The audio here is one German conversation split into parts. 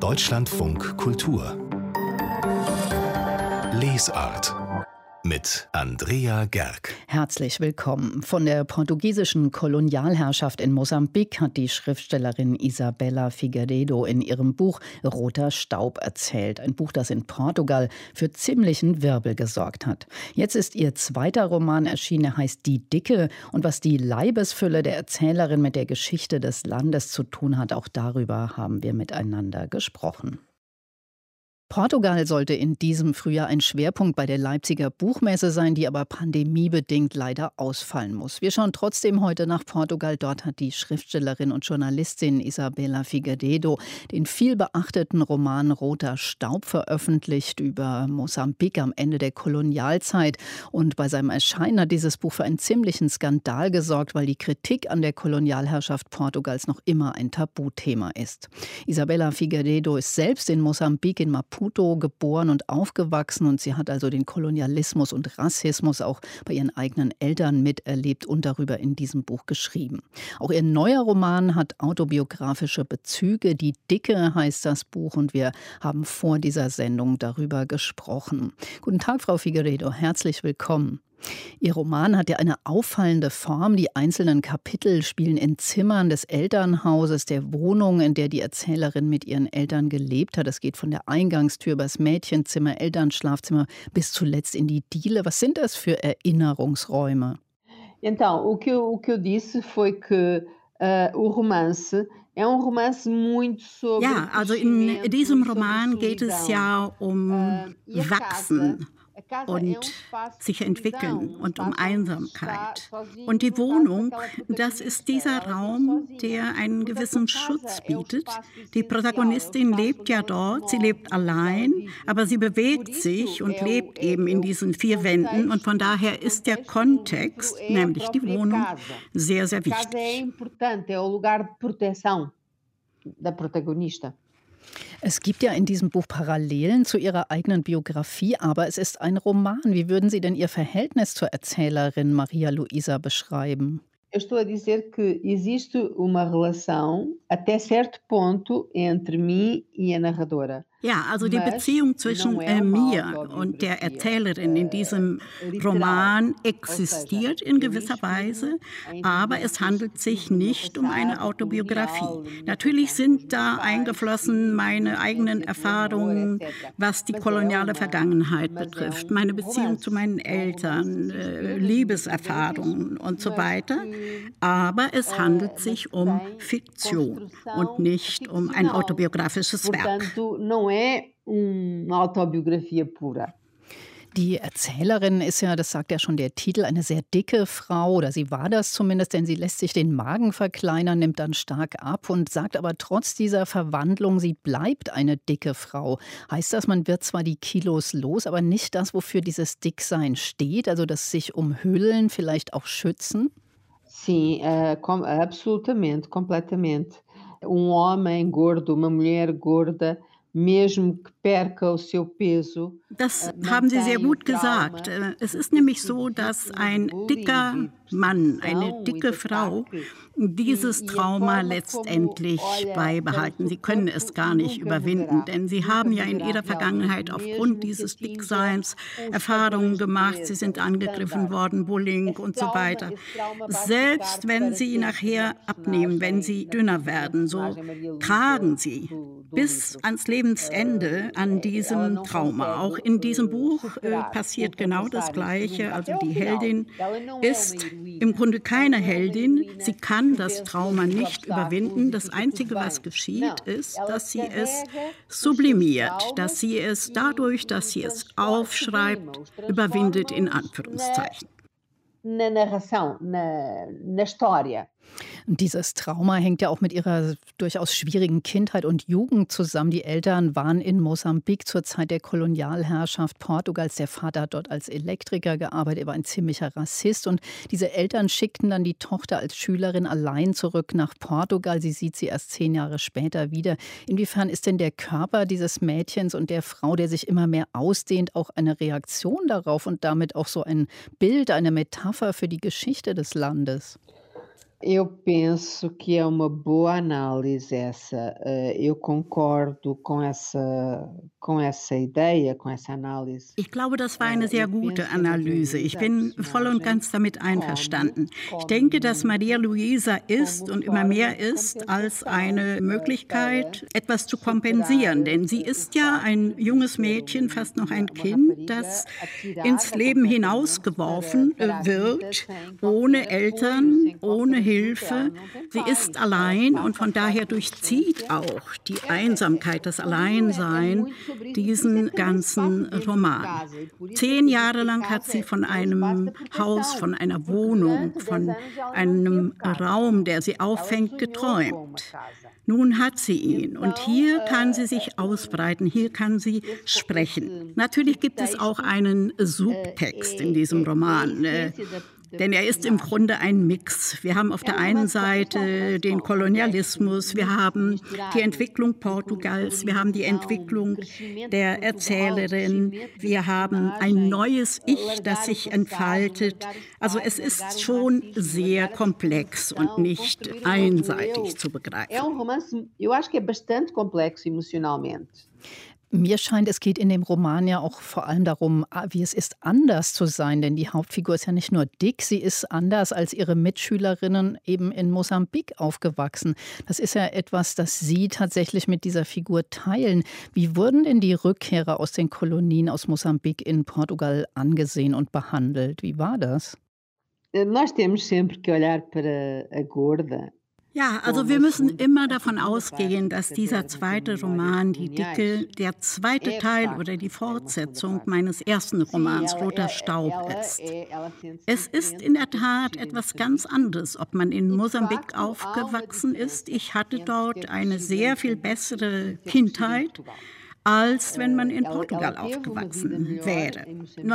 Deutschlandfunk Kultur Lesart mit Andrea Gerg. Herzlich willkommen. Von der portugiesischen Kolonialherrschaft in Mosambik hat die Schriftstellerin Isabela Figueiredo in ihrem Buch Roter Staub erzählt. Ein Buch, das in Portugal für ziemlichen Wirbel gesorgt hat. Jetzt ist ihr zweiter Roman erschienen, er heißt Die Dicke. Und was die Leibesfülle der Erzählerin mit der Geschichte des Landes zu tun hat, auch darüber haben wir miteinander gesprochen. Portugal sollte in diesem Frühjahr ein Schwerpunkt bei der Leipziger Buchmesse sein, die aber pandemiebedingt leider ausfallen muss. Wir schauen trotzdem heute nach Portugal. Dort hat die Schriftstellerin und Journalistin Isabela Figueiredo den vielbeachteten Roman Roter Staub veröffentlicht über Mosambik am Ende der Kolonialzeit. Und bei seinem Erscheinen hat dieses Buch für einen ziemlichen Skandal gesorgt, weil die Kritik an der Kolonialherrschaft Portugals noch immer ein Tabuthema ist. Isabela Figueiredo ist selbst in Mosambik in Maputo geboren und aufgewachsen und sie hat also den Kolonialismus und Rassismus auch bei ihren eigenen Eltern miterlebt und darüber in diesem Buch geschrieben. Auch ihr neuer Roman hat autobiografische Bezüge. Die Dicke heißt das Buch und wir haben vor dieser Sendung darüber gesprochen. Guten Tag, Frau Figueiredo, herzlich willkommen. Ihr Roman hat ja eine auffallende Form. Die einzelnen Kapitel spielen in Zimmern des Elternhauses, der Wohnung, in der die Erzählerin mit ihren Eltern gelebt hat. Es geht von der Eingangstür über das Mädchenzimmer, Elternschlafzimmer bis zuletzt in die Diele. Was sind das für Erinnerungsräume? Então, o que eu disse foi que o romance é romance muito sobre Ja, also in diesem Roman geht es ja um Wachsen und sich entwickeln und um Einsamkeit. Und die Wohnung, das ist dieser Raum, der einen gewissen Schutz bietet. Die Protagonistin lebt ja dort, sie lebt allein, aber sie bewegt sich und lebt eben in diesen vier Wänden. Und von daher ist der Kontext, nämlich die Wohnung, sehr, sehr wichtig. Es gibt ja in diesem Buch Parallelen zu Ihrer eigenen Biografie, aber es ist ein Roman. Wie würden Sie denn Ihr Verhältnis zur Erzählerin Maria Luísa beschreiben? Eu estou a dizer que existe uma relação até certo ponto entre mim e a narradora. Ja, also die Beziehung zwischen mir und der Erzählerin in diesem Roman existiert in gewisser Weise, aber es handelt sich nicht um eine Autobiografie. Natürlich sind da eingeflossen meine eigenen Erfahrungen, was die koloniale Vergangenheit betrifft, meine Beziehung zu meinen Eltern, Liebeserfahrungen und so weiter. Aber es handelt sich um Fiktion und nicht um ein autobiografisches Werk. Autobiografia pura. Die Erzählerin ist ja, das sagt ja schon der Titel, eine sehr dicke Frau, oder sie war das zumindest, denn sie lässt sich den Magen verkleinern, nimmt dann stark ab und sagt aber trotz dieser Verwandlung, sie bleibt eine dicke Frau. Heißt das, man wird zwar die Kilos los, aber nicht das, wofür dieses Dicksein steht, also das sich umhüllen, vielleicht auch schützen? Sim, absolutamente, completamente. Homem gordo, uma mulher gorda, mesmo que perca o seu peso. Das haben Sie sehr gut gesagt. Es ist nämlich so, dass ein dicker Mann, eine dicke Frau dieses Trauma letztendlich beibehalten. Sie können es gar nicht überwinden, denn sie haben ja in ihrer Vergangenheit aufgrund dieses Dickseins Erfahrungen gemacht. Sie sind angegriffen worden, Bullying und so weiter. Selbst wenn sie nachher abnehmen, wenn sie dünner werden, so tragen sie bis ans Lebensende an diesem Trauma. Auch in diesem Buch passiert genau das Gleiche. Also die Heldin ist im Grunde keine Heldin. Sie kann das Trauma nicht überwinden. Das Einzige, was geschieht, ist, dass sie es sublimiert, dass sie es dadurch, dass sie es aufschreibt, überwindet in Anführungszeichen. Na narração, na história. Und dieses Trauma hängt ja auch mit ihrer durchaus schwierigen Kindheit und Jugend zusammen. Die Eltern waren in Mosambik zur Zeit der Kolonialherrschaft Portugals. Der Vater hat dort als Elektriker gearbeitet, er war ein ziemlicher Rassist. Und diese Eltern schickten dann die Tochter als Schülerin allein zurück nach Portugal. Sie sieht sie erst 10 Jahre später wieder. Inwiefern ist denn der Körper dieses Mädchens und der Frau, der sich immer mehr ausdehnt, auch eine Reaktion darauf und damit auch so ein Bild, eine Metapher für die Geschichte des Landes? Eu penso que é uma boa análise essa. Eu concordo com essa ideia, com essa Análise. Ich glaube, das war eine Eu sehr gute penso que a Maria Analyse. Ich Luísa, a bin voll und personagem, ganz damit einverstanden. Ich come denke, dass Maria muito Luisa ist como und immer forma mehr de ist als eine compensação Möglichkeit, para etwas zu superar kompensieren. Denn sie o ist ja facto ein de junges ser Mädchen, fast noch ein uma Kind, rapariga das atirada ins Leben completamente hinausgeworfen para a vida wird, sem ohne qualquer apoio, Eltern, sem ohne qualquer ajuda. Ela Hilfe. não tem Sie pais, ist ela allein und passa von a daher fase da durchzieht adolescência. auch die É, Einsamkeit, das o livro é Alleinsein muito sobre isso, e por isso é diesen que também se passa ganzen dentro de Roman. casa, e por isso é 10 que diz Jahre que a lang hat casa sie von é o espaço da einem Haus, von proteção, einer porque Wohnung, durante 10 von anos ela não einem teve casa. Raum, der sie Ela auffängt, sonhou com uma geträumt. casa. Nun hat sie ihn und Então, hier kann sie sich ausbreiten, hier kann sie sprechen. Natürlich gibt es auch einen Subtext in diesem Roman, denn er ist im Grunde ein Mix. Wir haben auf der einen Seite den Kolonialismus, wir haben die Entwicklung Portugals, wir haben die Entwicklung der Erzählerin, wir haben ein neues Ich, das sich entfaltet. Also es ist schon sehr komplex und nicht einseitig zu begreifen. É romance, eu acho que é bastante complexo emocionalmente. Mir scheint, es geht in dem Roman ja auch vor allem darum, wie es ist, anders zu sein. Denn die Hauptfigur ist ja nicht nur dick, sie ist anders als ihre Mitschülerinnen eben in Mosambik aufgewachsen. Das ist ja etwas, das Sie tatsächlich mit dieser Figur teilen. Wie wurden denn die Rückkehrer aus den Kolonien aus Mosambik in Portugal angesehen und behandelt? Wie war das? Nós temos sempre que olhar para a gorda. Ja, also wir müssen immer davon ausgehen, dass dieser zweite Roman, Die Dicke, der zweite Teil oder die Fortsetzung meines ersten Romans Roter Staub ist. Es ist in der Tat etwas ganz anderes, ob man in Mosambik aufgewachsen ist. Ich hatte dort eine sehr viel bessere Kindheit, als wenn man in Portugal aufgewachsen wäre.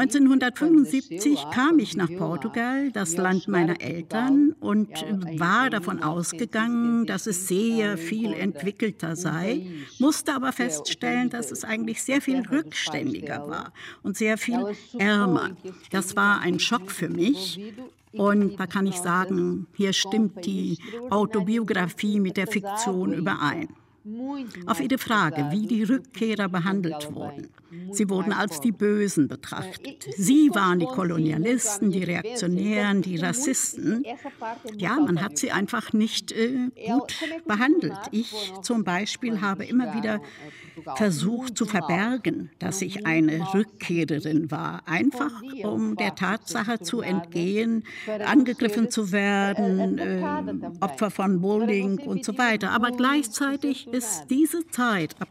1975 kam ich nach Portugal, das Land meiner Eltern, und war davon ausgegangen, dass es sehr viel entwickelter sei, musste aber feststellen, dass es eigentlich sehr viel rückständiger war und sehr viel ärmer. Das war ein Schock für mich. Und da kann ich sagen, hier stimmt die Autobiografie mit der Fiktion überein. Auf Ihre Frage, wie die Rückkehrer behandelt wurden. Sie wurden als die Bösen betrachtet. Sie waren die Kolonialisten, die Reaktionären, die Rassisten. Ja, man hat sie einfach nicht gut behandelt. Ich zum Beispiel habe immer wieder versucht zu verbergen, dass ich eine Rückkehrerin war. Einfach um der Tatsache zu entgehen, angegriffen zu werden, Opfer von Bullying und so weiter. Aber gleichzeitig ist diese Zeit ab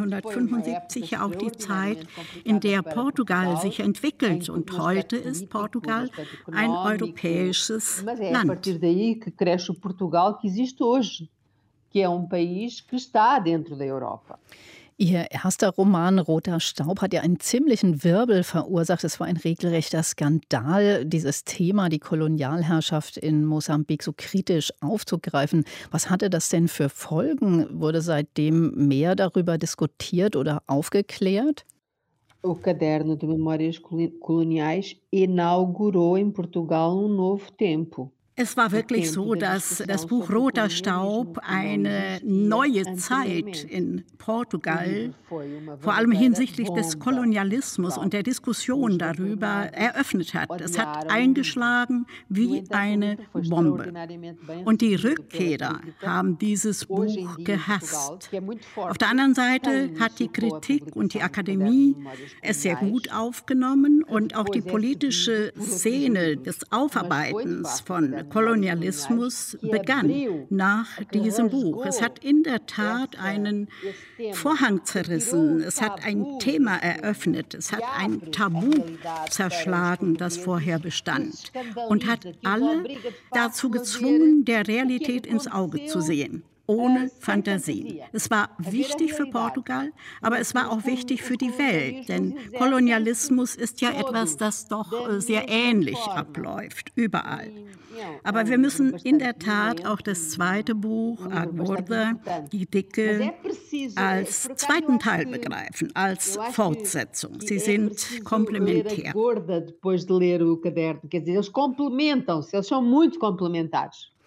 1975 ja auch die Zeit, in der Portugal sich entwickelt. Und heute ist Portugal ein europäisches Mas é a Land. partir daí que cresce o Portugal que existe hoje, que é país que está dentro da Europa. Ihr erster Roman Roter Staub hat ja einen ziemlichen Wirbel verursacht. Es war ein regelrechter Skandal, dieses Thema, die Kolonialherrschaft in Mosambik so kritisch aufzugreifen. Was hatte das denn für Folgen? Wurde seitdem mehr darüber diskutiert oder aufgeklärt? O Caderno de Memórias Coloniais inaugurou em Portugal novo tempo. Es war wirklich so, dass das Buch Roter Staub eine neue Zeit in Portugal, vor allem hinsichtlich des Kolonialismus und der Diskussion darüber, eröffnet hat. Es hat eingeschlagen wie eine Bombe. Und die Rückkehrer haben dieses Buch gehasst. Auf der anderen Seite hat die Kritik und die Akademie es sehr gut aufgenommen und auch die politische Szene des Aufarbeitens von Kolonialismus begann nach diesem Buch. Es hat in der Tat einen Vorhang zerrissen, es hat ein Thema eröffnet, es hat ein Tabu zerschlagen, das vorher bestand und hat alle dazu gezwungen, der Realität ins Auge zu sehen. Ohne Fantasie. Es war wichtig für Portugal, aber es war auch wichtig für die Welt, denn Kolonialismus ist ja etwas, das doch sehr ähnlich abläuft, überall. Aber wir müssen in der Tat auch das zweite Buch, A Gorda, Die Dicke, als zweiten Teil begreifen, als Fortsetzung. Sie sind komplementär. Gorda, depois de ler o caderno, quer dizer, eles complementam-se, eles são muito complementares.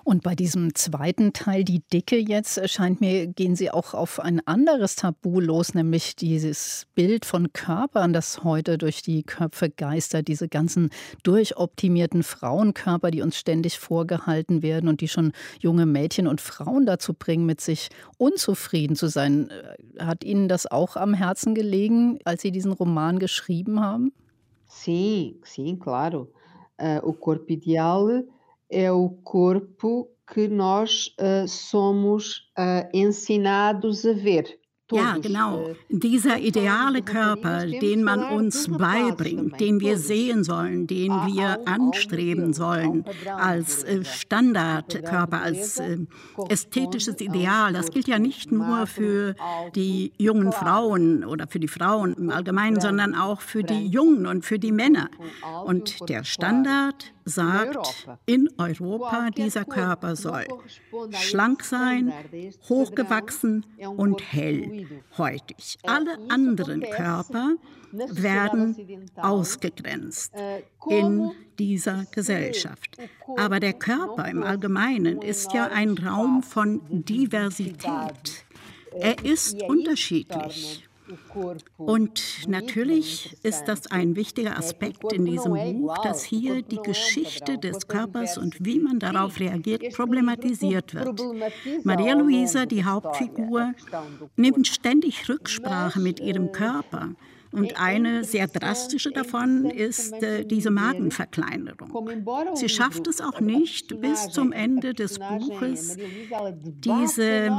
Und bei diesem zweiten Teil, die Dicke jetzt, scheint mir, gehen Sie auch auf ein anderes Tabu los, nämlich dieses Bild von Körpern, das heute durch die Köpfe geistert, diese ganzen durchoptimierten Frauenkörper, die uns ständig vorgehalten werden und die schon junge Mädchen und Frauen dazu bringen, mit sich unzufrieden zu sein. Hat Ihnen das auch am Herzen gelegen, als Sie diesen Roman geschrieben haben? Sim, sim, claro. O corpo ideal é o corpo que nós, somos, ensinados a ver. Ja, Todos, genau. Dieser ideale Körper, den man uns beibringt, den wir sehen sollen, den wir anstreben sollen, als Standardkörper, als ästhetisches Ideal, das gilt ja nicht nur für die jungen Frauen oder für die Frauen im Allgemeinen, sondern auch für die Jungen und für die Männer. Und der Standard sagt, in Europa dieser Körper soll schlank sein, hochgewachsen und hellhäutig. Alle anderen Körper werden ausgegrenzt in dieser Gesellschaft. Aber der Körper im Allgemeinen ist ja ein Raum von Diversität. Er ist unterschiedlich. Und natürlich ist das ein wichtiger Aspekt in diesem Buch, dass hier die Geschichte des Körpers und wie man darauf reagiert, problematisiert wird. Maria Luisa, die Hauptfigur, nimmt ständig Rücksprache mit ihrem Körper. Und eine sehr drastische davon ist diese Magenverkleinerung. Sie schafft es auch nicht, bis zum Ende des Buches diese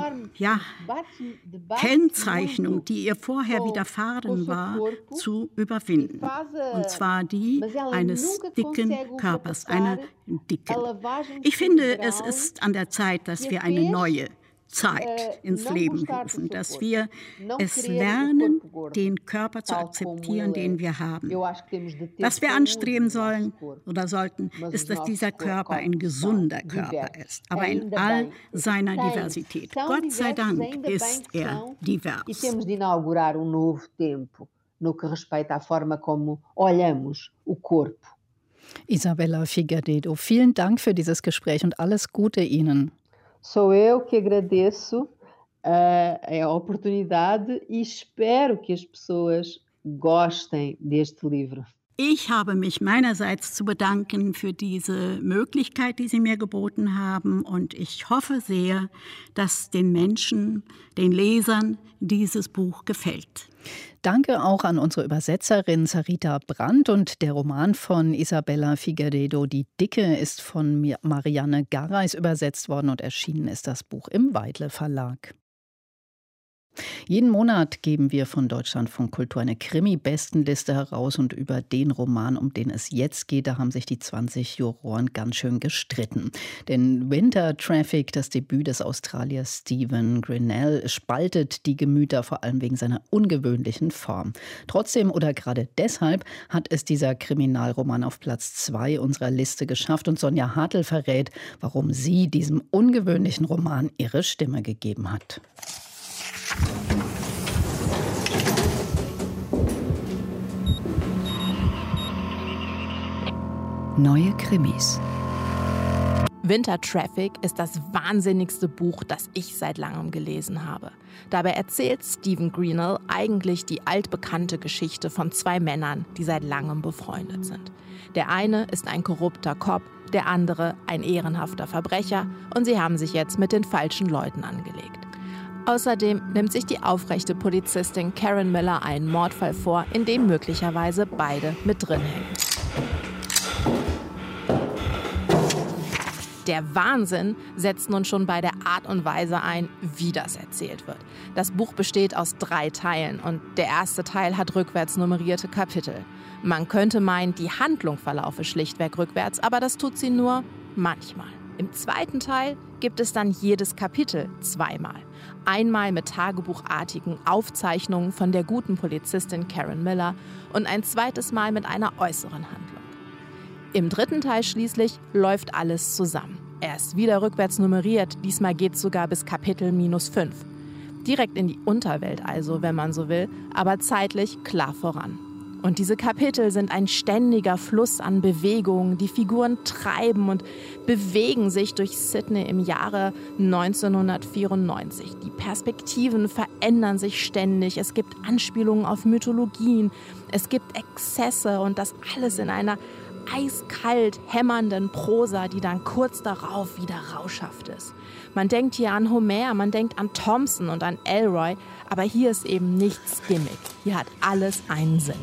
Kennzeichnung, die ihr vorher widerfahren war, zu überwinden. Und zwar die eines dicken Körpers, einer Dicken. Ich finde, es ist an der Zeit, dass wir eine neue Zeit ins Leben rufen, dass wir es lernen, den Körper zu akzeptieren, den wir haben. Was wir anstreben sollen oder sollten, ist, dass dieser Körper ein gesunder Körper ist, aber in all seiner Diversität. Gott sei Dank ist er divers. Temos de inaugurar novo tempo no que respeita à forma como olhamos o corpo. Isabella Figueiredo, vielen Dank für dieses Gespräch und alles Gute Ihnen. Sou eu que agradeço a oportunidade e espero que as pessoas gostem deste livro. Ich habe mich meinerseits zu bedanken für diese Möglichkeit, die Sie mir geboten haben. Und ich hoffe sehr, dass den Menschen, den Lesern dieses Buch gefällt. Danke auch an unsere Übersetzerin Sarita Brandt. Und der Roman von Isabella Figueiredo, Die Dicke, ist von Marianne Gareis übersetzt worden und erschienen ist das Buch im Weidle Verlag. Jeden Monat geben wir von Deutschlandfunk Kultur eine Krimi-Bestenliste heraus und über den Roman, um den es jetzt geht, da haben sich die 20 Juroren ganz schön gestritten. Denn Winter Traffic, das Debüt des Australiers Stephen Grinnell, spaltet die Gemüter, vor allem wegen seiner ungewöhnlichen Form. Trotzdem oder gerade deshalb hat es dieser Kriminalroman auf Platz 2 unserer Liste geschafft und Sonja Hartl verrät, warum sie diesem ungewöhnlichen Roman ihre Stimme gegeben hat. Neue Krimis. Winter Traffic ist das wahnsinnigste Buch, das ich seit langem gelesen habe. Dabei erzählt Stephen Grinnell eigentlich die altbekannte Geschichte von zwei Männern, die seit langem befreundet sind. Der eine ist ein korrupter Cop, der andere ein ehrenhafter Verbrecher und sie haben sich jetzt mit den falschen Leuten angelegt. Außerdem nimmt sich die aufrechte Polizistin Karen Miller einen Mordfall vor, in dem möglicherweise beide mit drin hängen. Der Wahnsinn setzt nun schon bei der Art und Weise ein, wie das erzählt wird. Das Buch besteht aus 3 Teilen und der erste Teil hat rückwärts nummerierte Kapitel. Man könnte meinen, die Handlung verlaufe schlichtweg rückwärts, aber das tut sie nur manchmal. Im zweiten Teil gibt es dann jedes Kapitel 2-mal. Einmal mit tagebuchartigen Aufzeichnungen von der guten Polizistin Karen Miller und ein zweites Mal mit einer äußeren Handlung. Im dritten Teil schließlich läuft alles zusammen. Er ist wieder rückwärts nummeriert, diesmal geht es sogar bis Kapitel -5. Direkt in die Unterwelt also, wenn man so will, aber zeitlich klar voran. Und diese Kapitel sind ein ständiger Fluss an Bewegungen. Die Figuren treiben und bewegen sich durch Sydney im Jahre 1994. Die Perspektiven verändern sich ständig. Es gibt Anspielungen auf Mythologien. Es gibt Exzesse und das alles in einer eiskalt hämmernden Prosa, die dann kurz darauf wieder rauschhaft ist. Man denkt hier an Homer, man denkt an Thompson und an Elroy, aber hier ist eben nichts Gimmick. Hier hat alles einen Sinn.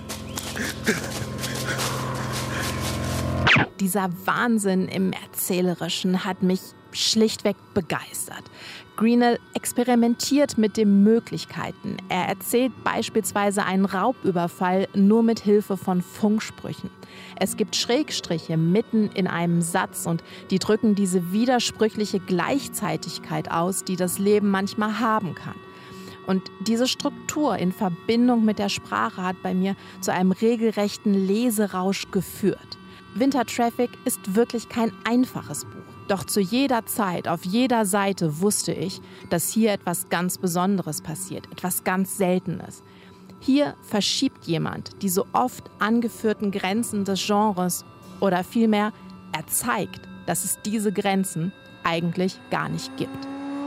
Dieser Wahnsinn im Erzählerischen hat mich schlichtweg begeistert. Greenell experimentiert mit den Möglichkeiten. Er erzählt beispielsweise einen Raubüberfall nur mit Hilfe von Funksprüchen. Es gibt Schrägstriche mitten in einem Satz und die drücken diese widersprüchliche Gleichzeitigkeit aus, die das Leben manchmal haben kann. Und diese Struktur in Verbindung mit der Sprache hat bei mir zu einem regelrechten Leserausch geführt. Winter Traffic ist wirklich kein einfaches Buch. Doch zu jeder Zeit, auf jeder Seite wusste ich, dass hier etwas ganz Besonderes passiert, etwas ganz Seltenes. Hier verschiebt jemand die so oft angeführten Grenzen des Genres oder vielmehr, er zeigt, dass es diese Grenzen eigentlich gar nicht gibt.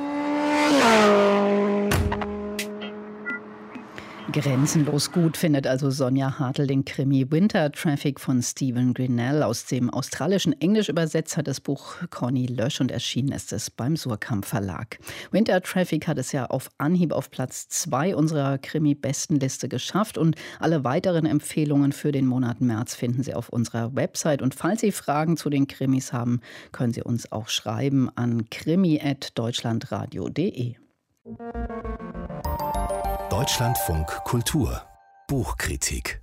Grenzenlos gut findet also Sonja Hartl den Krimi Winter Traffic von Stephen Greenell. Aus dem australischen Englisch übersetzt hat das Buch Conny Lösch und erschienen ist es beim Surkamp Verlag. Winter Traffic hat es ja auf Anhieb auf Platz 2 unserer Krimi-Bestenliste geschafft und alle weiteren Empfehlungen für den Monat März finden Sie auf unserer Website. Und falls Sie Fragen zu den Krimis haben, können Sie uns auch schreiben an krimi@deutschlandradio.de. Deutschlandfunk Kultur Buchkritik.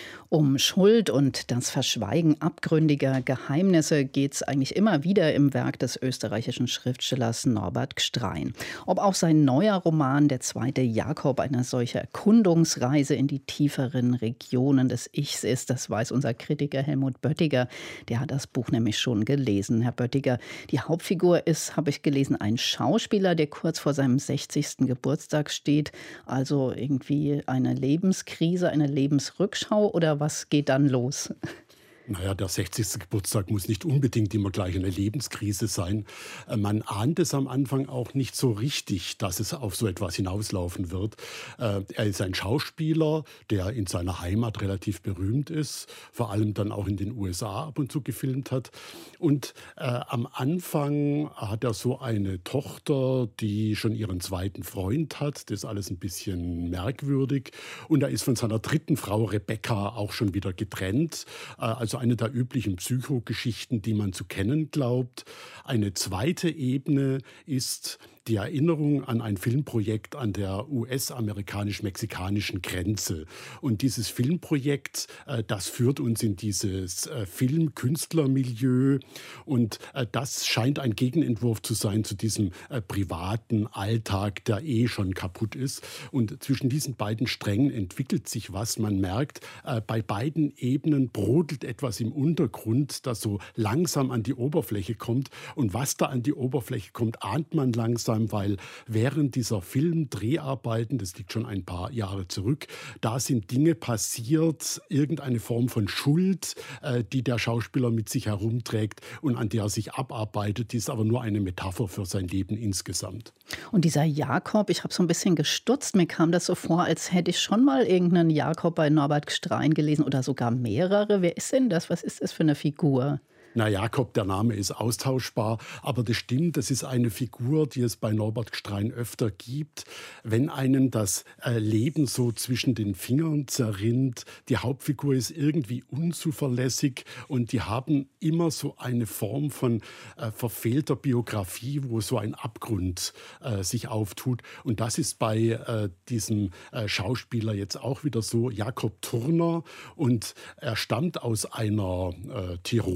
Um Schuld und das Verschweigen abgründiger Geheimnisse geht es eigentlich immer wieder im Werk des österreichischen Schriftstellers Norbert Gstrein. Ob auch sein neuer Roman Der zweite Jakob eine solche Erkundungsreise in die tieferen Regionen des Ichs ist, das weiß unser Kritiker Helmut Böttiger. Der hat das Buch nämlich schon gelesen. Herr Böttiger, die Hauptfigur ist, habe ich gelesen, ein Schauspieler, der kurz vor seinem 60. Geburtstag steht. Also irgendwie eine Lebenskrise, eine Lebensrückschau oder was geht dann los? Naja, der 60. Geburtstag muss nicht unbedingt immer gleich eine Lebenskrise sein. Man ahnt es am Anfang auch nicht so richtig, dass es auf so etwas hinauslaufen wird. Er ist ein Schauspieler, der in seiner Heimat relativ berühmt ist, vor allem dann auch in den USA ab und zu gefilmt hat. Und am Anfang hat er so eine Tochter, die schon ihren zweiten Freund hat. Das ist alles ein bisschen merkwürdig. Und er ist von seiner dritten Frau Rebecca auch schon wieder getrennt. Also eine der üblichen Psychogeschichten, die man zu kennen glaubt. Eine zweite Ebene ist die Erinnerung an ein Filmprojekt an der US-amerikanisch-mexikanischen Grenze. Und dieses Filmprojekt, das führt uns in dieses Filmkünstlermilieu. Und das scheint ein Gegenentwurf zu sein zu diesem privaten Alltag, der schon kaputt ist. Und zwischen diesen beiden Strängen entwickelt sich was. Man merkt, bei beiden Ebenen brodelt etwas im Untergrund, das so langsam an die Oberfläche kommt. Und was da an die Oberfläche kommt, ahnt man langsam, weil während dieser Filmdreharbeiten, das liegt schon ein paar Jahre zurück, da sind Dinge passiert, irgendeine Form von Schuld, die der Schauspieler mit sich herumträgt und an der er sich abarbeitet. Die ist aber nur eine Metapher für sein Leben insgesamt. Und dieser Jakob, ich habe so ein bisschen gestutzt, mir kam das so vor, als hätte ich schon mal irgendeinen Jakob bei Norbert Gstrein gelesen oder sogar mehrere. Wer ist denn das? Was ist das für eine Figur? Na, Jakob, der Name ist austauschbar, aber das stimmt, das ist eine Figur, die es bei Norbert Gstrein öfter gibt. Wenn einem das Leben so zwischen den Fingern zerrinnt, die Hauptfigur ist irgendwie unzuverlässig und die haben immer so eine Form von verfehlter Biografie, wo so ein Abgrund sich auftut. Und das ist bei diesem Schauspieler jetzt auch wieder so, Jakob Turner. Und er stammt aus einer Tiroler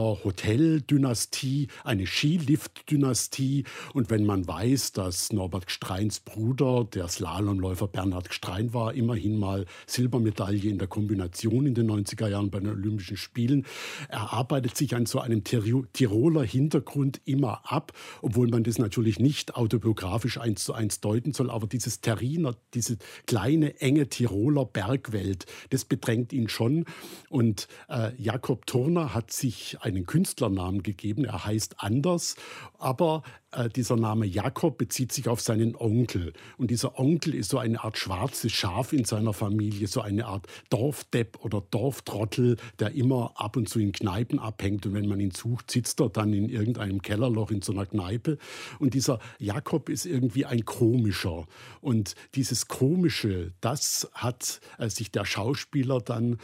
einer Hoteldynastie, eine Skilift-Dynastie. Und wenn man weiß, dass Norbert Gstreins Bruder, der Slalomläufer Bernhard Gstrein war, immerhin mal Silbermedaille in der Kombination in den 90er Jahren bei den Olympischen Spielen, er arbeitet sich an so einem Tiroler Hintergrund immer ab, obwohl man das natürlich nicht autobiografisch 1:1 deuten soll, aber dieses Terriner, diese kleine, enge Tiroler Bergwelt, das bedrängt ihn schon. Und Jakob Turner hat sich einen Künstlernamen gegeben, er heißt anders, aber dieser Name Jakob bezieht sich auf seinen Onkel. Und dieser Onkel ist so eine Art schwarzes Schaf in seiner Familie, so eine Art Dorfdepp oder Dorftrottel, der immer ab und zu in Kneipen abhängt. Und wenn man ihn sucht, sitzt er dann in irgendeinem Kellerloch in so einer Kneipe. Und dieser Jakob ist irgendwie ein Komischer. Und dieses Komische, das hat sich der Schauspieler dann,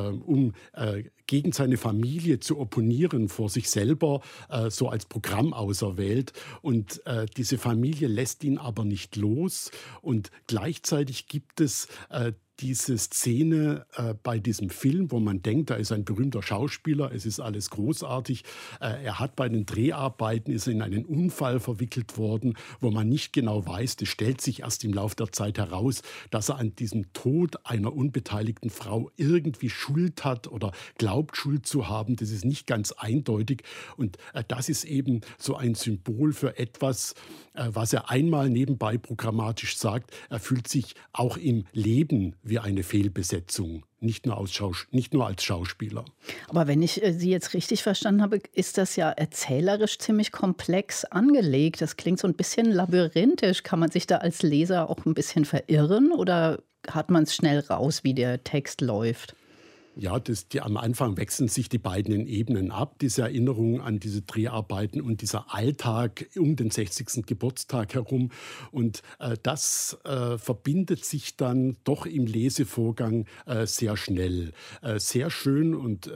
gegen seine Familie zu opponieren, vor sich selber so als Programm auserwählt. Und diese Familie lässt ihn aber nicht los. Und gleichzeitig gibt es diese Szene bei diesem Film, wo man denkt, da ist ein berühmter Schauspieler, es ist alles großartig. Er hat bei den Dreharbeiten, ist in einen Unfall verwickelt worden, wo man nicht genau weiß, das stellt sich erst im Laufe der Zeit heraus, dass er an diesem Tod einer unbeteiligten Frau irgendwie Schuld hat oder glaubt, Schuld zu haben. Das ist nicht ganz eindeutig. Und das ist eben so ein Symbol für etwas, was er einmal nebenbei programmatisch sagt. Er fühlt sich auch im Leben wie eine Fehlbesetzung, nicht nur als Schauspieler. Aber wenn ich Sie jetzt richtig verstanden habe, ist das ja erzählerisch ziemlich komplex angelegt. Das klingt so ein bisschen labyrinthisch. Kann man sich da als Leser auch ein bisschen verirren oder hat man es schnell raus, wie der Text läuft? Ja, am Anfang wechseln sich die beiden in Ebenen ab, diese Erinnerungen an diese Dreharbeiten und dieser Alltag um den 60. Geburtstag herum. Und das verbindet sich dann doch im Lesevorgang sehr schnell. Sehr schön und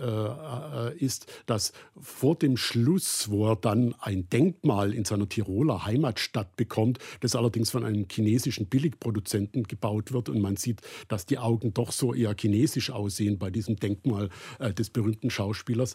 ist, dass vor dem Schluss, wo er dann ein Denkmal in seiner Tiroler Heimatstadt bekommt, das allerdings von einem chinesischen Billigproduzenten gebaut wird und man sieht, dass die Augen doch so eher chinesisch aussehen bei diesem Denkmal des berühmten Schauspielers.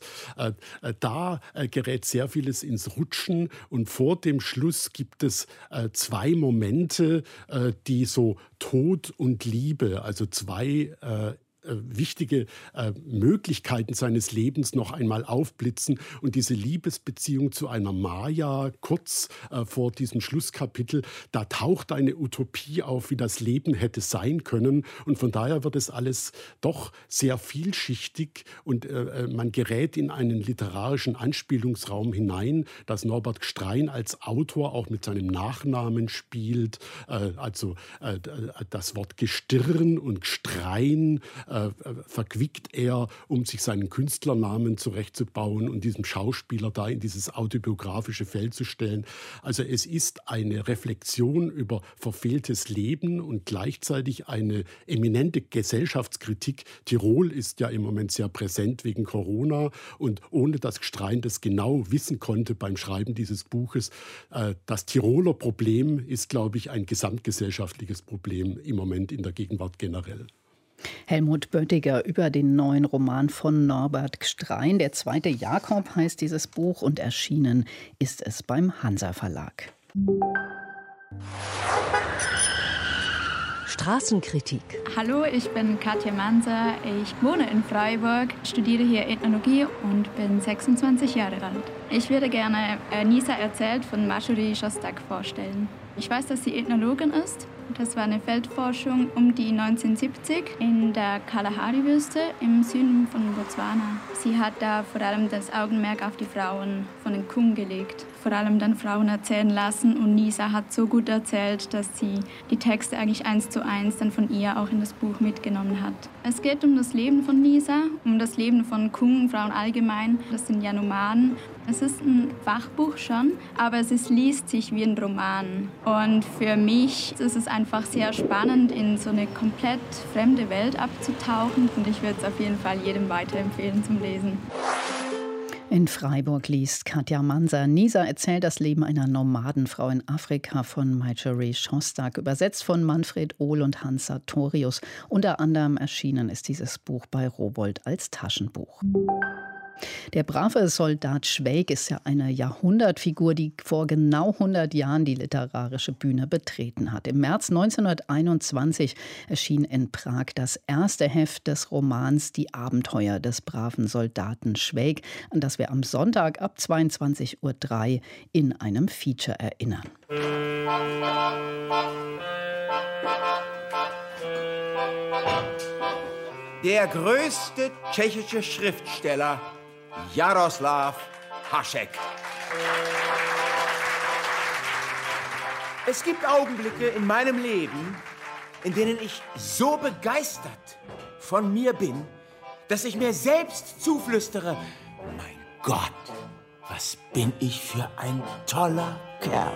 Da gerät sehr vieles ins Rutschen und vor dem Schluss gibt es zwei Momente, die so Tod und Liebe, also zwei wichtige Möglichkeiten seines Lebens noch einmal aufblitzen. Und diese Liebesbeziehung zu einer Maya kurz vor diesem Schlusskapitel, da taucht eine Utopie auf, wie das Leben hätte sein können. Und von daher wird es alles doch sehr vielschichtig und man gerät in einen literarischen Anspielungsraum hinein, dass Norbert Gstrein als Autor auch mit seinem Nachnamen spielt. Also das Wort Gestirn und Gstrein verquickt er, um sich seinen Künstlernamen zurechtzubauen und diesem Schauspieler da in dieses autobiografische Feld zu stellen. Also es ist eine Reflexion über verfehltes Leben und gleichzeitig eine eminente Gesellschaftskritik. Tirol ist ja im Moment sehr präsent wegen Corona und ohne dass Gstrein das genau wissen konnte beim Schreiben dieses Buches, das Tiroler Problem ist, glaube ich, ein gesamtgesellschaftliches Problem im Moment in der Gegenwart generell. Helmut Böttiger über den neuen Roman von Norbert Gstrein. Der zweite Jakob heißt dieses Buch und erschienen ist es beim Hansa Verlag. Straßenkritik. Hallo, ich bin Katja Manser. Ich wohne in Freiburg, studiere hier Ethnologie und bin 26 Jahre alt. Ich würde gerne Nisa erzählt von Marjorie Shostak vorstellen. Ich weiß, dass sie Ethnologin ist. Das war eine Feldforschung um die 1970 in der Kalahari-Wüste im Süden von Botswana. Sie hat da vor allem das Augenmerk auf die Frauen von den Kung gelegt. Vor allem dann Frauen erzählen lassen und Nisa hat so gut erzählt, dass sie die Texte eigentlich 1:1 dann von ihr auch in das Buch mitgenommen hat. Es geht um das Leben von Nisa, um das Leben von Kung, Frauen allgemein. Das sind ja Nomaden. Es ist ein Fachbuch schon, aber es liest sich wie ein Roman. Und für mich ist es einfach sehr spannend, in so eine komplett fremde Welt abzutauchen. Und ich würde es auf jeden Fall jedem weiterempfehlen zum Lesen. In Freiburg liest Katja Manser. Nisa erzählt das Leben einer Nomadenfrau in Afrika von Marjorie Shostak, übersetzt von Manfred Ohl und Hans Sartorius. Unter anderem erschienen ist dieses Buch bei Rowohlt als Taschenbuch. Der brave Soldat Schweik ist ja eine Jahrhundertfigur, die vor genau 100 Jahren die literarische Bühne betreten hat. Im März 1921 erschien in Prag das erste Heft des Romans Die Abenteuer des braven Soldaten Schweik, an das wir am Sonntag ab 22:03 Uhr in einem Feature erinnern. Der größte tschechische Schriftsteller, Jaroslav Hašek. Es gibt Augenblicke in meinem Leben, in denen ich so begeistert von mir bin, dass ich mir selbst zuflüstere, mein Gott, was bin ich für ein toller Kerl.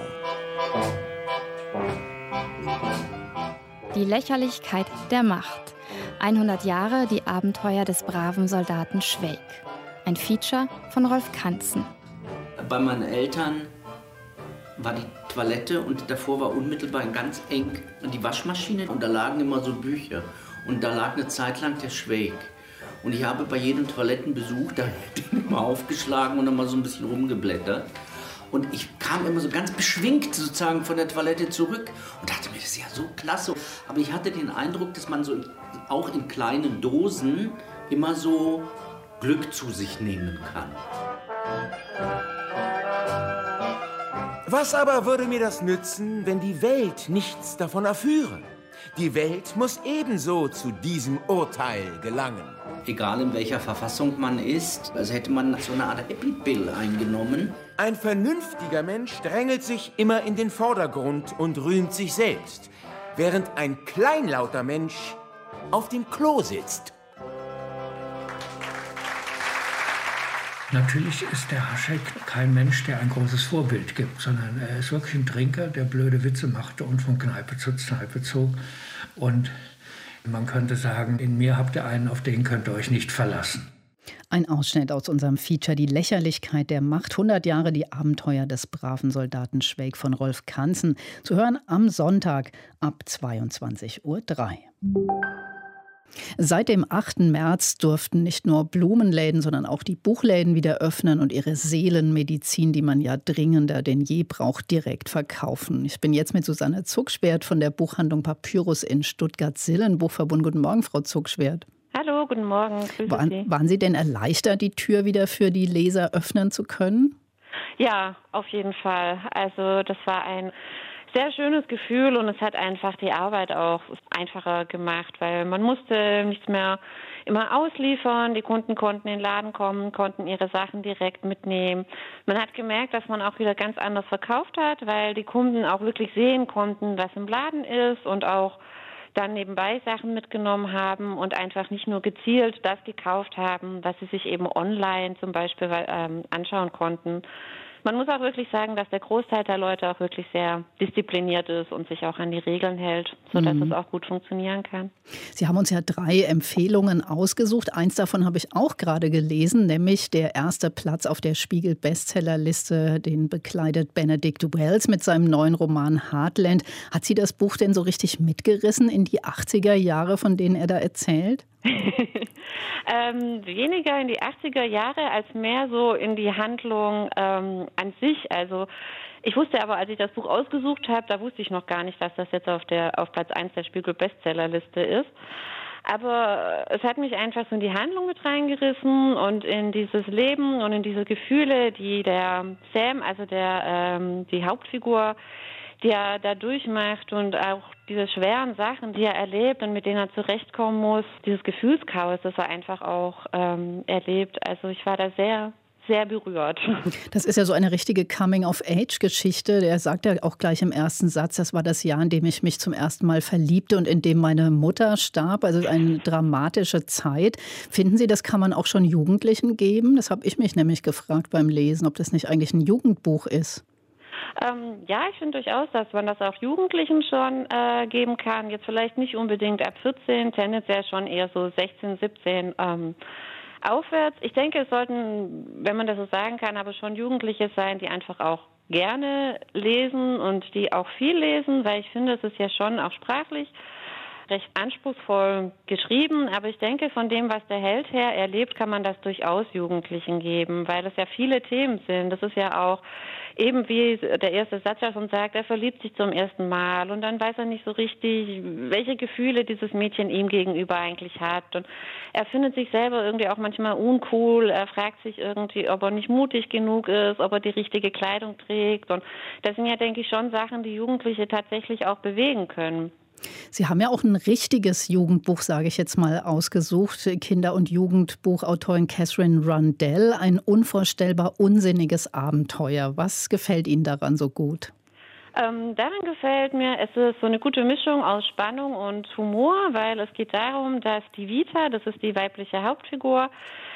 Die Lächerlichkeit der Macht. 100 Jahre die Abenteuer des braven Soldaten Schweik. Ein Feature von Rolf Kanzen. Bei meinen Eltern war die Toilette und davor war unmittelbar ganz eng die Waschmaschine und da lagen immer so Bücher. Und da lag eine Zeit lang der Schweik. Und ich habe bei jedem Toilettenbesuch da den immer aufgeschlagen und dann mal so ein bisschen rumgeblättert. Und ich kam immer so ganz beschwingt sozusagen von der Toilette zurück und dachte mir, das ist ja so klasse. Aber ich hatte den Eindruck, dass man so auch in kleinen Dosen immer so Glück zu sich nehmen kann. Was aber würde mir das nützen, wenn die Welt nichts davon erführe? Die Welt muss ebenso zu diesem Urteil gelangen. Egal in welcher Verfassung man ist, als hätte man so eine Art Happy Pill eingenommen. Ein vernünftiger Mensch drängelt sich immer in den Vordergrund und rühmt sich selbst, während ein kleinlauter Mensch auf dem Klo sitzt. Natürlich ist der Hašek kein Mensch, der ein großes Vorbild gibt, sondern er ist wirklich ein Trinker, der blöde Witze machte und von Kneipe zu Kneipe zog. Und man könnte sagen, in mir habt ihr einen, auf den könnt ihr euch nicht verlassen. Ein Ausschnitt aus unserem Feature Die Lächerlichkeit der Macht. 100 Jahre die Abenteuer des braven Soldaten Schweik von Rolf Kanzen. Zu hören am Sonntag ab 22:03 Uhr. Seit dem 8. März durften nicht nur Blumenläden, sondern auch die Buchläden wieder öffnen und ihre Seelenmedizin, die man ja dringender denn je braucht, direkt verkaufen. Ich bin jetzt mit Susanne Zuckschwert von der Buchhandlung Papyrus in Stuttgart-Sillen, Guten Morgen, Frau Zuckschwert. Hallo, guten Morgen. Grüße Sie. Waren Sie denn erleichtert, die Tür wieder für die Leser öffnen zu können? Ja, auf jeden Fall. Also das war ein sehr schönes Gefühl und es hat einfach die Arbeit auch einfacher gemacht, weil man musste nichts mehr immer ausliefern. Die Kunden konnten in den Laden kommen, konnten ihre Sachen direkt mitnehmen. Man hat gemerkt, dass man auch wieder ganz anders verkauft hat, weil die Kunden auch wirklich sehen konnten, was im Laden ist und auch dann nebenbei Sachen mitgenommen haben und einfach nicht nur gezielt das gekauft haben, was sie sich eben online zum Beispiel anschauen konnten. Man muss auch wirklich sagen, dass der Großteil der Leute auch wirklich sehr diszipliniert ist und sich auch an die Regeln hält, sodass es auch gut funktionieren kann. Sie haben uns ja 3 Empfehlungen ausgesucht. Eins davon habe ich auch gerade gelesen, nämlich der erste Platz auf der Spiegel-Bestsellerliste. Den bekleidet Benedict Wells mit seinem neuen Roman Heartland. Hat Sie das Buch denn so richtig mitgerissen in die 80er Jahre, von denen er da erzählt? Weniger in die 80er Jahre als mehr so in die Handlung an sich. Also ich wusste aber, als ich das Buch ausgesucht habe, da wusste ich noch gar nicht, dass das jetzt auf Platz 1 der Spiegel-Bestsellerliste ist. Aber es hat mich einfach so in die Handlung mit reingerissen und in dieses Leben und in diese Gefühle, die der Sam, also die Hauptfigur, die er da durchmacht und auch diese schweren Sachen, die er erlebt und mit denen er zurechtkommen muss, dieses Gefühlschaos, das er einfach auch erlebt. Also ich war da sehr, sehr berührt. Das ist ja so eine richtige Coming-of-Age-Geschichte. Er sagt ja auch gleich im ersten Satz, das war das Jahr, in dem ich mich zum ersten Mal verliebte und in dem meine Mutter starb. Also eine dramatische Zeit. Finden Sie, das kann man auch schon Jugendlichen geben? Das habe ich mich nämlich gefragt beim Lesen, ob das nicht eigentlich ein Jugendbuch ist. Ja, ich finde durchaus, dass man das auch Jugendlichen schon geben kann. Jetzt vielleicht nicht unbedingt ab 14, tendenziell schon eher so 16, 17 aufwärts. Ich denke, es sollten, wenn man das so sagen kann, aber schon Jugendliche sein, die einfach auch gerne lesen und die auch viel lesen, weil ich finde, es ist ja schon auch sprachlich recht anspruchsvoll geschrieben, aber ich denke, von dem, was der Held her erlebt, kann man das durchaus Jugendlichen geben, weil das ja viele Themen sind. Das ist ja auch eben, wie der erste Satz ja schon sagt, er verliebt sich zum ersten Mal und dann weiß er nicht so richtig, welche Gefühle dieses Mädchen ihm gegenüber eigentlich hat. Und er findet sich selber irgendwie auch manchmal uncool, er fragt sich irgendwie, ob er nicht mutig genug ist, ob er die richtige Kleidung trägt. Und das sind ja, denke ich, schon Sachen, die Jugendliche tatsächlich auch bewegen können. Sie haben ja auch ein richtiges Jugendbuch, sage ich jetzt mal, ausgesucht. Kinder- und Jugendbuchautorin Katherine Rundell. Ein unvorstellbar unsinniges Abenteuer. Was gefällt Ihnen daran so gut? Daran gefällt mir, es ist so eine gute Mischung aus Spannung und Humor, weil es geht darum, dass die Vita, das ist die weibliche Hauptfigur,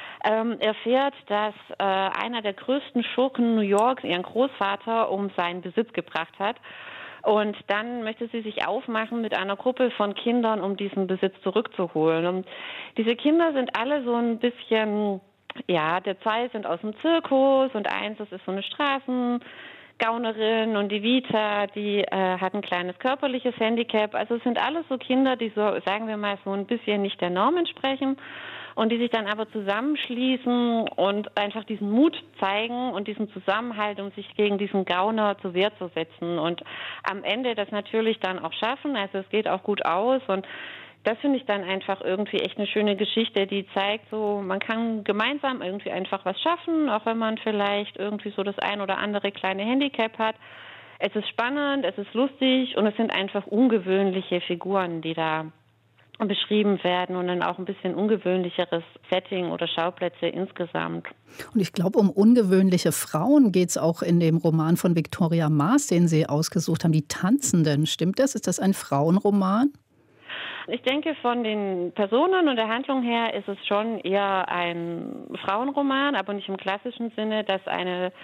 erfährt, dass einer der größten Schurken New Yorks ihren Großvater um seinen Besitz gebracht hat. Und dann möchte sie sich aufmachen mit einer Gruppe von Kindern, um diesen Besitz zurückzuholen. Und diese Kinder sind alle so ein bisschen, ja, der zwei sind aus dem Zirkus und eins, das ist so eine Straßengaunerin und die Vita, die hat ein kleines körperliches Handicap. Also es sind alles so Kinder, die so, sagen wir mal, so ein bisschen nicht der Norm entsprechen. Und die sich dann aber zusammenschließen und einfach diesen Mut zeigen und diesen Zusammenhalt, um sich gegen diesen Gauner zur Wehr zu setzen. Und am Ende das natürlich dann auch schaffen. Also es geht auch gut aus. Und das finde ich dann einfach irgendwie echt eine schöne Geschichte, die zeigt, so man kann gemeinsam irgendwie einfach was schaffen, auch wenn man vielleicht irgendwie so das ein oder andere kleine Handicap hat. Es ist spannend, es ist lustig und es sind einfach ungewöhnliche Figuren, die da beschrieben werden und dann auch ein bisschen ungewöhnlicheres Setting oder Schauplätze insgesamt. Und ich glaube, um ungewöhnliche Frauen geht es auch in dem Roman von Victoria Maas, den Sie ausgesucht haben, Die Tanzenden. Stimmt das? Ist das ein Frauenroman? Ich denke, von den Personen und der Handlung her ist es schon eher ein Frauenroman, aber nicht im klassischen Sinne, dass eine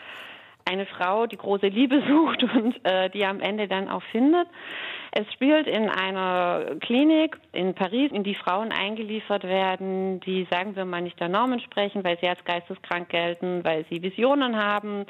Frau die große Liebe sucht und die am Ende dann auch findet. Es spielt in einer Klinik in Paris, in die Frauen eingeliefert werden, die, sagen wir mal, nicht der Norm entsprechen, weil sie als geisteskrank gelten, weil sie Visionen haben.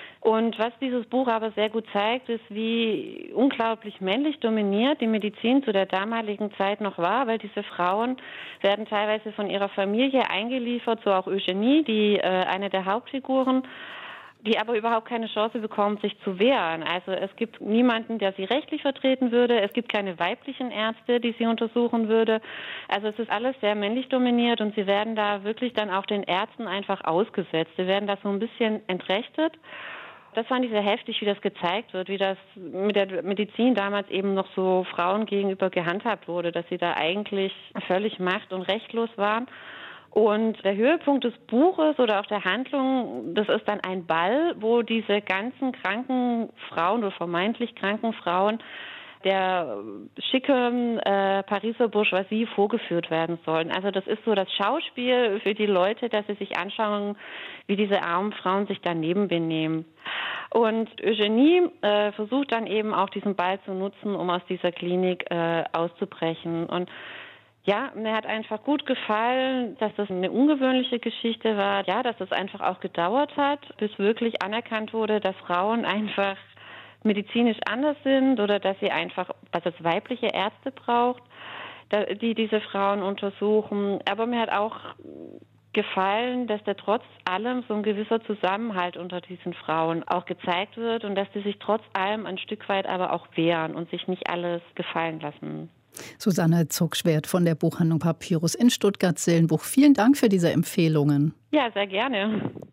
Und was dieses Buch aber sehr gut zeigt, ist, wie unglaublich männlich dominiert die Medizin zu der damaligen Zeit noch war, weil diese Frauen werden teilweise von ihrer Familie eingeliefert, so auch Eugenie, die eine der Hauptfiguren, die aber überhaupt keine Chance bekommt, sich zu wehren. Also es gibt niemanden, der sie rechtlich vertreten würde. Es gibt keine weiblichen Ärzte, die sie untersuchen würde. Also es ist alles sehr männlich dominiert und sie werden da wirklich dann auch den Ärzten einfach ausgesetzt. Sie werden da so ein bisschen entrechtet. Das fand ich sehr heftig, wie das gezeigt wird, wie das mit der Medizin damals eben noch so Frauen gegenüber gehandhabt wurde, dass sie da eigentlich völlig macht- und rechtlos waren. Und der Höhepunkt des Buches oder auch der Handlung, das ist dann ein Ball, wo diese ganzen kranken Frauen oder vermeintlich kranken Frauen der schicken Pariser Bourgeoisie vorgeführt werden sollen. Also das ist so das Schauspiel für die Leute, dass sie sich anschauen, wie diese armen Frauen sich daneben benehmen. Und Eugenie versucht dann eben auch diesen Ball zu nutzen, um aus dieser Klinik auszubrechen. Und ja, mir hat einfach gut gefallen, dass das eine ungewöhnliche Geschichte war. Ja, dass es einfach auch gedauert hat, bis wirklich anerkannt wurde, dass Frauen einfach medizinisch anders sind oder dass es weibliche Ärzte braucht, die diese Frauen untersuchen. Aber mir hat auch gefallen, dass da trotz allem so ein gewisser Zusammenhalt unter diesen Frauen auch gezeigt wird und dass die sich trotz allem ein Stück weit aber auch wehren und sich nicht alles gefallen lassen. Susanne Zuckschwert von der Buchhandlung Papyrus in Stuttgart-Sillenbuch. Vielen Dank für diese Empfehlungen. Ja, sehr gerne.